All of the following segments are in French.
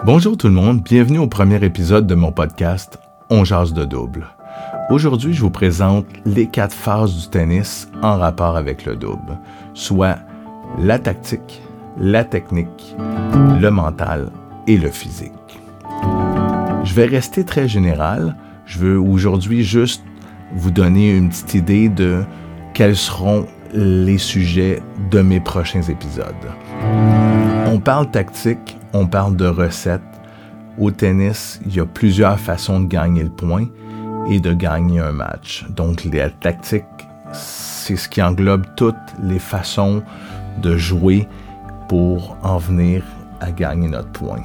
Bonjour tout le monde, bienvenue au premier épisode de mon podcast On jase de double. Aujourd'hui, je vous présente les 4 phases du tennis en rapport avec le double, soit la tactique, la technique, le mental et le physique. Je vais rester très général, je veux aujourd'hui juste vous donner une petite idée de quels seront les sujets de mes prochains épisodes. On parle tactique, on parle de recettes. Au tennis, il y a plusieurs façons de gagner le point et de gagner un match. Donc, la tactique, c'est ce qui englobe toutes les façons de jouer pour en venir à gagner notre point.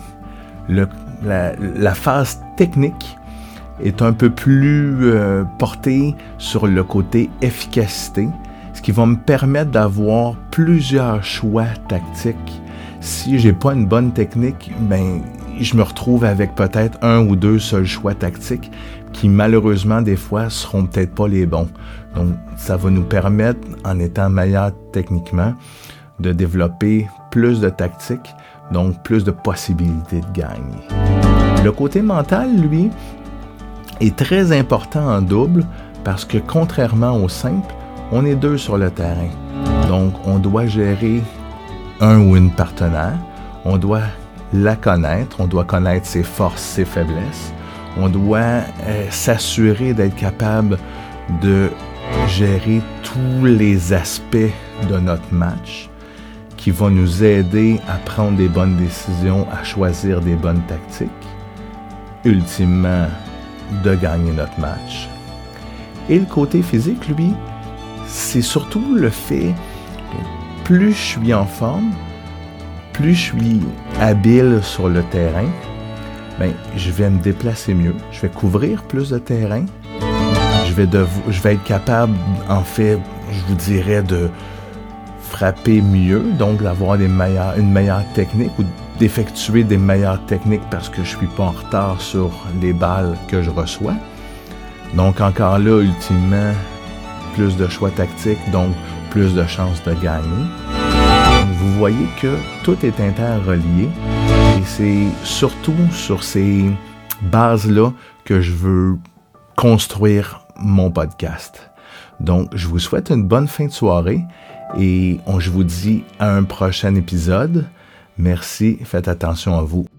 La phase technique est un peu plus portée sur le côté efficacité, ce qui va me permettre d'avoir plusieurs choix tactiques. Si j'ai pas une bonne technique, je me retrouve avec peut-être 1 ou 2 seuls choix tactiques qui malheureusement des fois seront peut-être pas les bons. Donc ça va nous permettre, en étant meilleur techniquement, de développer plus de tactique, donc plus de possibilités de gagner. Le côté mental, lui, est très important en double parce que contrairement au simple, on est 2 sur le terrain. Donc on doit gérer un ou une partenaire, on doit la connaître, on doit connaître ses forces, ses faiblesses, on doit s'assurer d'être capable de gérer tous les aspects de notre match qui vont nous aider à prendre des bonnes décisions, à choisir des bonnes tactiques, ultimement de gagner notre match. Et le côté physique, lui, c'est surtout le fait que plus je suis en forme, plus je suis habile sur le terrain, je vais me déplacer mieux, je vais couvrir plus de terrain, je vais être capable, en fait, je vous dirais, de frapper mieux, donc d'avoir une meilleure technique ou d'effectuer des meilleures techniques parce que je ne suis pas en retard sur les balles que je reçois. Donc encore là, ultimement, plus de choix tactiques, donc plus de chances de gagner. Vous voyez que tout est interrelié et c'est surtout sur ces bases-là que je veux construire mon podcast. Donc, je vous souhaite une bonne fin de soirée et je vous dis à un prochain épisode. Merci, faites attention à vous.